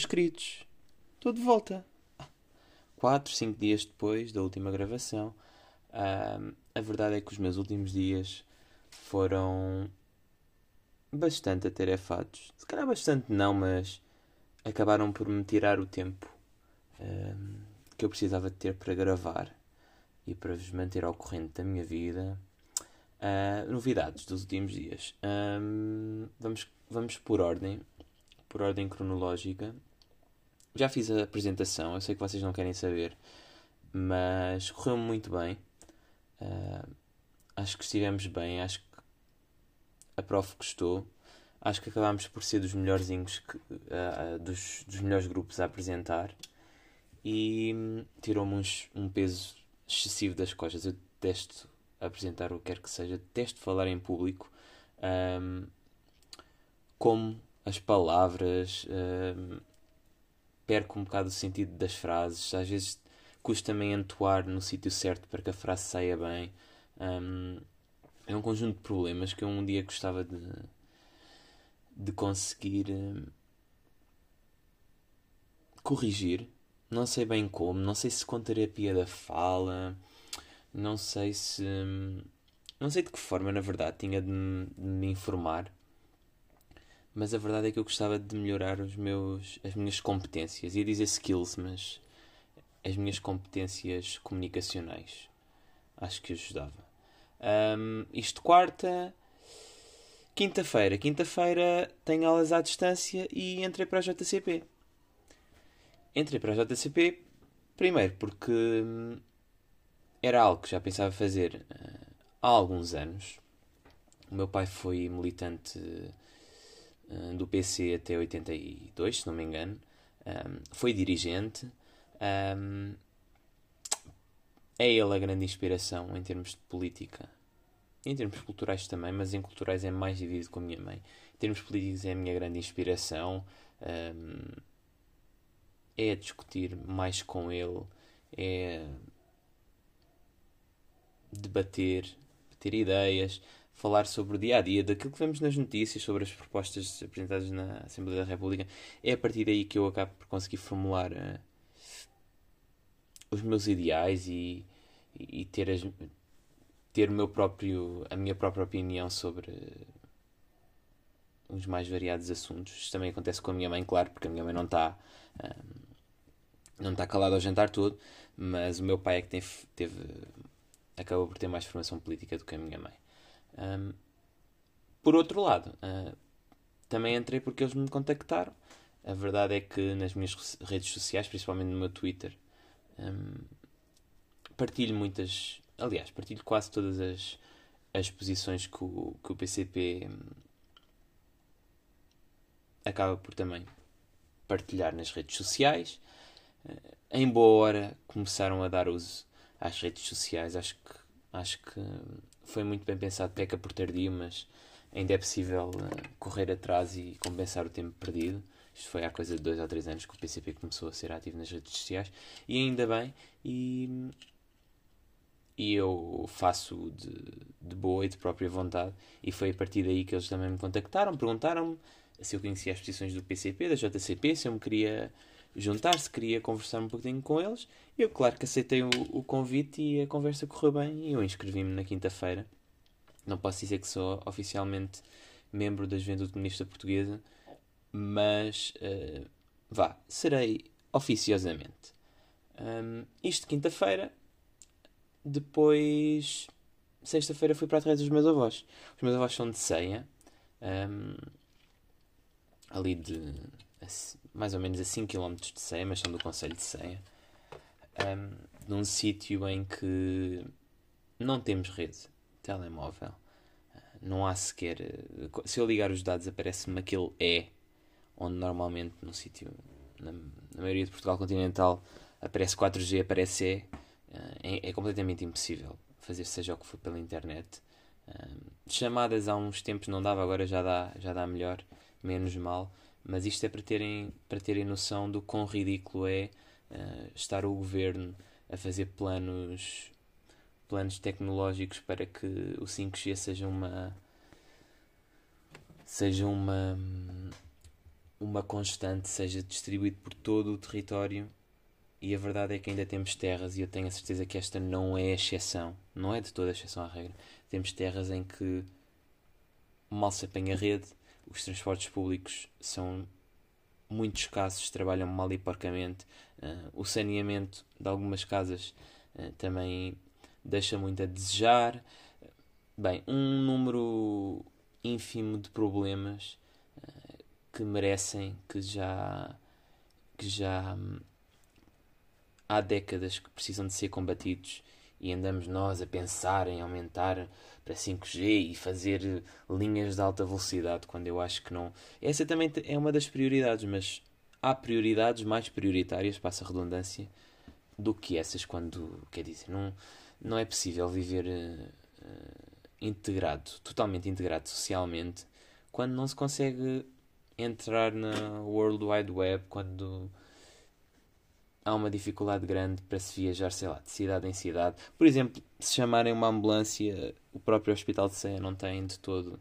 meus queridos, estou de volta. 4, 5 dias depois da última gravação. A verdade é que os meus últimos dias foram bastante atarefados. Se calhar bastante não, mas acabaram por me tirar o tempo que eu precisava de ter para gravar e para vos manter ao corrente da minha vida. Novidades dos últimos dias. Vamos por ordem cronológica. Já fiz a apresentação, eu sei que vocês não querem saber, mas correu muito bem. Acho que estivemos bem, acho que a prof gostou. Acho que acabámos por ser dos melhorzinhos dos melhores grupos a apresentar. E tirou-me um peso excessivo das costas. Eu detesto apresentar o que quer que seja, detesto falar em público. Como as palavras, perco um bocado o sentido das frases. Às vezes custa-me entoar no sítio certo para que a frase saia bem. É um conjunto de problemas que eu um dia gostava de conseguir corrigir. Não sei bem como, não sei se com terapia da fala, não sei se. Não sei de que forma, na verdade, tinha de me informar, mas a verdade é que eu gostava de melhorar as minhas competências. Ia dizer skills, mas as minhas competências comunicacionais. Acho que ajudava. Isto quarta. Quinta-feira. Quinta-feira tenho aulas à distância e entrei para a JCP. Entrei para a JCP primeiro porque era algo que já pensava fazer há alguns anos. O meu pai foi militante do PC até 82, se não me engano. Foi dirigente. É ele a grande inspiração em termos de política. Em termos culturais também, mas em culturais é mais dividido com a minha mãe. Em termos políticos é a minha grande inspiração. É discutir mais com ele. É debater, ter ideias, falar sobre o dia-a-dia, daquilo que vemos nas notícias, sobre as propostas apresentadas na Assembleia da República. É a partir daí que eu acabo por conseguir formular os meus ideais e ter a minha própria opinião sobre os mais variados assuntos. Isto também acontece com a minha mãe, claro, porque a minha mãe não está calada ao jantar todo, mas o meu pai é que acabou por ter mais formação política do que a minha mãe. Por outro lado, também entrei porque eles me contactaram. A verdade é que nas minhas redes sociais, principalmente no meu Twitter, partilho quase todas as posições que o PCP acaba por também partilhar nas redes sociais. Em boa hora começaram a dar uso às redes sociais. Acho que foi muito bem pensado, peca por tardio, mas ainda é possível correr atrás e compensar o tempo perdido. Isto foi há coisa de 2 ou 3 anos que o PCP começou a ser ativo nas redes sociais, e ainda bem, e eu faço de boa e de própria vontade, e foi a partir daí que eles também me contactaram, perguntaram-me se eu conhecia as posições do PCP, da JCP, se eu me queria juntar, se queria conversar um pouquinho com eles. Eu, claro que aceitei o convite e a conversa correu bem, e eu inscrevi-me na quinta-feira. Não posso dizer que sou oficialmente membro da Juventude Comunista Portuguesa, mas serei oficiosamente. Isto quinta-feira. Depois, sexta-feira, fui para a terra dos meus avós. Os meus avós são de Ceia, ali de mais ou menos a 5 km de Ceia, mas são do concelho de Ceia, num sítio em que não temos rede telemóvel. Não há sequer. Se eu ligar os dados, aparece-me aquele onde normalmente no sítio, na maioria de Portugal continental, aparece 4G, aparece é completamente impossível fazer seja o que for pela internet. Chamadas há uns tempos não dava, agora já dá melhor, menos mal. Mas isto é para terem noção do quão ridículo é estar o governo a fazer planos tecnológicos para que o 5G seja uma uma constante seja distribuído por todo o território. E a verdade é que ainda temos terras, e eu tenho a certeza que esta não é a exceção, não é de toda a exceção à regra. Temos terras em que mal se apanha rede, os transportes públicos são muito escassos, trabalham mal e porcamente, o saneamento de algumas casas também deixa muito a desejar. Bem, um número ínfimo de problemas que merecem, que já há décadas que precisam de ser combatidos, e andamos nós a pensar em aumentar para 5G e fazer linhas de alta velocidade, quando eu acho que não. Essa também é uma das prioridades, mas há prioridades mais prioritárias, passa a redundância, do que essas, quando, quer dizer, não é possível viver integrado, totalmente integrado socialmente, quando não se consegue entrar na World Wide Web, quando há uma dificuldade grande para se viajar, sei lá, de cidade em cidade. Por exemplo, se chamarem uma ambulância, o próprio Hospital de Ceia não tem de todo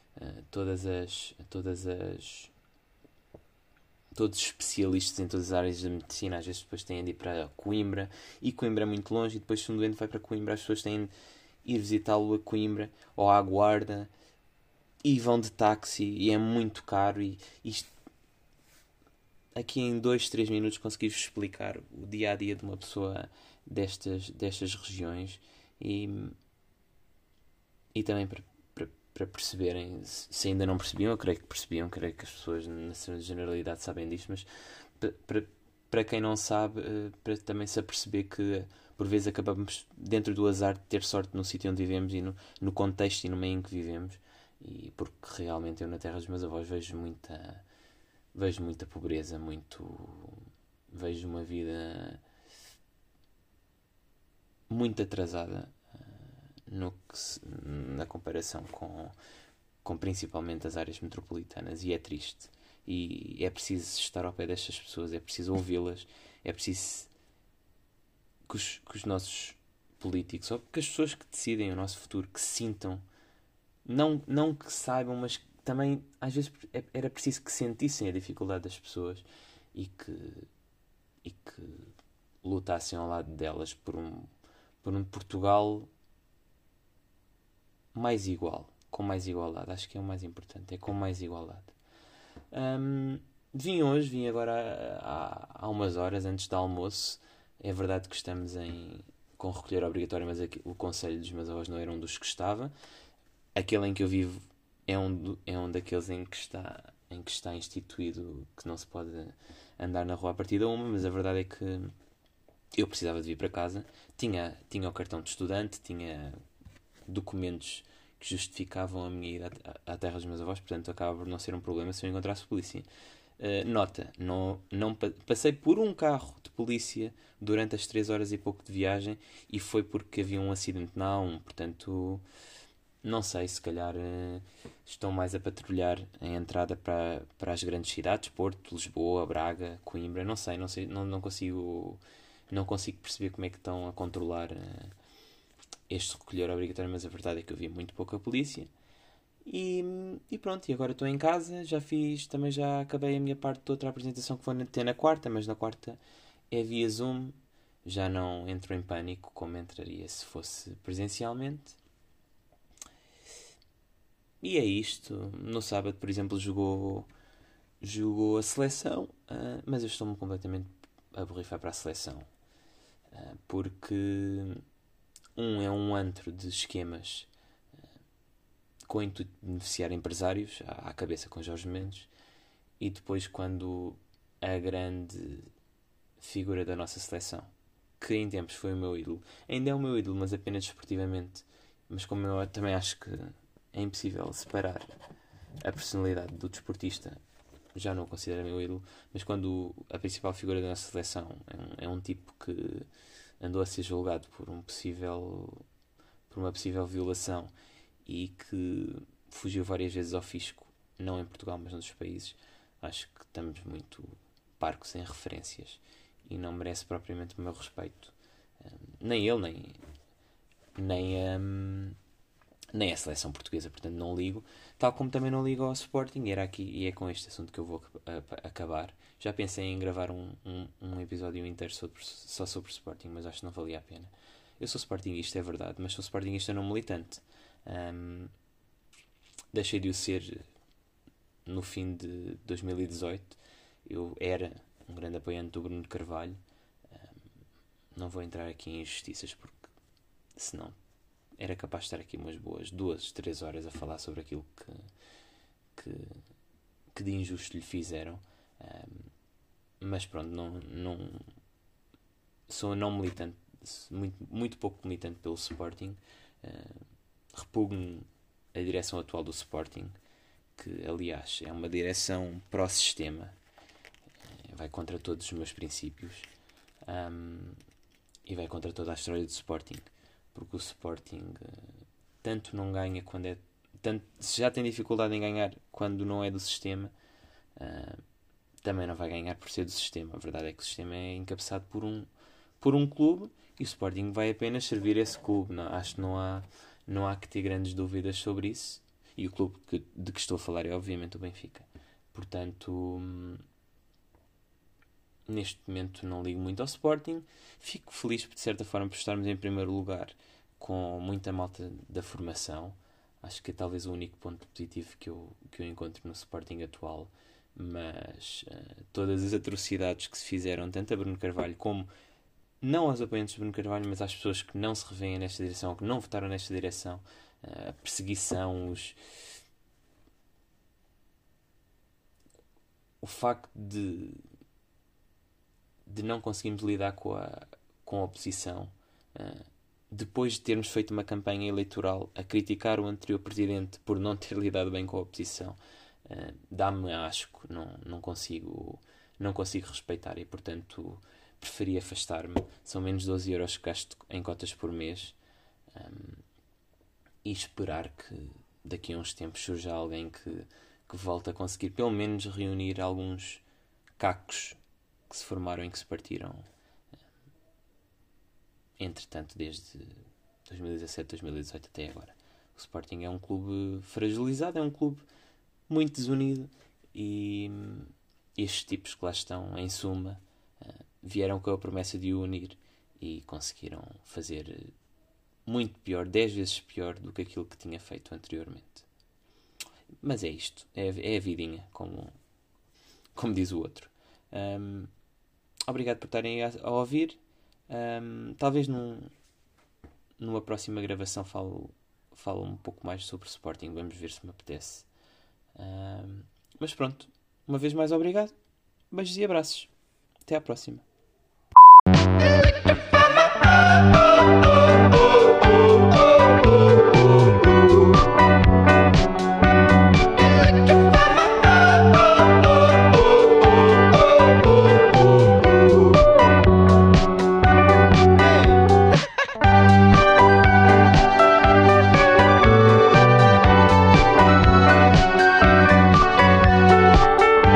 todos os especialistas em todas as áreas da medicina. Às vezes depois têm de ir para Coimbra, e Coimbra é muito longe, e depois se um doente vai para Coimbra, as pessoas têm de ir visitá-lo a Coimbra ou à Guarda, e vão de táxi, e é muito caro, e isto aqui em 2 3 minutos consegui-vos explicar o dia a dia de uma pessoa destas regiões, e, e também para perceberem, se ainda não percebiam, eu creio que as pessoas na sua generalidade sabem disto, mas para quem não sabe, para também se aperceber que por vezes acabamos, dentro do azar, de ter sorte no sítio onde vivemos e no contexto e no meio em que vivemos, e porque realmente eu na terra dos meus avós vejo muita pobreza, vejo uma vida muito atrasada, no na comparação com principalmente as áreas metropolitanas, e é triste. E é preciso estar ao pé destas pessoas, é preciso ouvi-las, é preciso que os nossos políticos, ou que as pessoas que decidem o nosso futuro, que se sintam, não que saibam, mas que também às vezes era preciso que sentissem a dificuldade das pessoas, e que lutassem ao lado delas por um Portugal mais igual, com mais igualdade. Acho que é o mais importante, é com mais igualdade. Vim agora há umas horas antes do almoço. É verdade que estamos com recolher obrigatório, mas o conselho dos meus avós não era um dos que estava. Aquele em que eu vivo é um daqueles em que está instituído que não se pode andar na rua a partir da uma, mas a verdade é que eu precisava de vir para casa. Tinha o cartão de estudante, tinha documentos que justificavam a minha ida à terra dos meus avós, portanto acaba por não ser um problema se eu encontrasse polícia. Nota, não passei por um carro de polícia durante as 3 horas e pouco de viagem, e foi porque havia um acidente na A1, portanto não sei, se calhar estão mais a patrulhar a entrada para as grandes cidades, Porto, Lisboa, Braga, Coimbra, não sei, não consigo perceber como é que estão a controlar este recolher obrigatório, mas a verdade é que eu vi muito pouca polícia. E pronto, e agora estou em casa, já acabei a minha parte de outra apresentação que vou ter na quarta, mas na quarta é via Zoom, já não entro em pânico como entraria se fosse presencialmente. E é isto. No sábado, por exemplo, jogou a seleção, mas eu estou-me completamente a borrifar para a seleção, porque é um antro de esquemas com o intuito de beneficiar empresários, à cabeça com Jorge Mendes, e depois, quando a grande figura da nossa seleção, que em tempos foi o meu ídolo, ainda é o meu ídolo, mas apenas desportivamente, mas como eu também acho que é impossível separar a personalidade do desportista, já não o considero meu ídolo, mas quando a principal figura da nossa seleção é um tipo que andou a ser julgado por uma possível violação, e que fugiu várias vezes ao fisco, não em Portugal, mas noutros países, acho que estamos muito parcos em referências, e não merece propriamente o meu respeito. Nem ele, nem Nem a seleção portuguesa, portanto não ligo. Tal como também não ligo ao Sporting. Era aqui, e é com este assunto que eu vou acabar. Já pensei em gravar um episódio inteiro só sobre Sporting, mas acho que não valia a pena. Eu sou Sportingista, é verdade, mas sou Sportingista não militante. Ahm, Deixei de o ser no fim de 2018. Eu era um grande apoiante do Bruno de Carvalho. Não vou entrar aqui em injustiças porque senão era capaz de estar aqui umas boas 2, 3 horas a falar sobre aquilo que, que de injusto lhe fizeram. Mas pronto, não sou não militante, muito pouco militante pelo Sporting. Repugno a direção atual do Sporting, que aliás é uma direção pró-sistema, vai contra todos os meus princípios, e vai contra toda a história do Sporting, porque o Sporting tanto não ganha quando é. Tanto, se já tem dificuldade em ganhar quando não é do sistema, também não vai ganhar por ser do sistema. A verdade é que o sistema é encabeçado por um clube e o Sporting vai apenas servir esse clube. Não, acho que não há que ter grandes dúvidas sobre isso. E o clube de que estou a falar é obviamente o Benfica. Portanto, neste momento não ligo muito ao Sporting. Fico feliz de certa forma por estarmos em primeiro lugar com muita malta da formação. Acho que é talvez o único ponto positivo que eu encontro no Sporting atual. Mas todas as atrocidades que se fizeram, tanto a Bruno Carvalho como não aos apoiantes de Bruno Carvalho, mas às pessoas que não se revêem nesta direção, que não votaram nesta direção, a perseguição, o facto de não conseguirmos lidar com a oposição, depois de termos feito uma campanha eleitoral a criticar o anterior presidente por não ter lidado bem com a oposição, dá-me asco, não consigo respeitar e portanto preferi afastar-me. São menos 12 euros que gasto em cotas por mês, e esperar que daqui a uns tempos surja alguém que volte a conseguir pelo menos reunir alguns cacos que se formaram e que se partiram entretanto desde 2017, 2018 até agora. O Sporting é um clube fragilizado, é um clube muito desunido e estes tipos que lá estão, em suma, vieram com a promessa de o unir e conseguiram fazer muito pior, 10 vezes pior do que aquilo que tinha feito anteriormente. Mas é isto, é a vidinha, como diz o outro. Obrigado por estarem a ouvir. Talvez numa próxima gravação falo um pouco mais sobre o Sporting. Vamos ver se me apetece. Mas pronto, uma vez mais obrigado. Beijos e abraços. Até à próxima.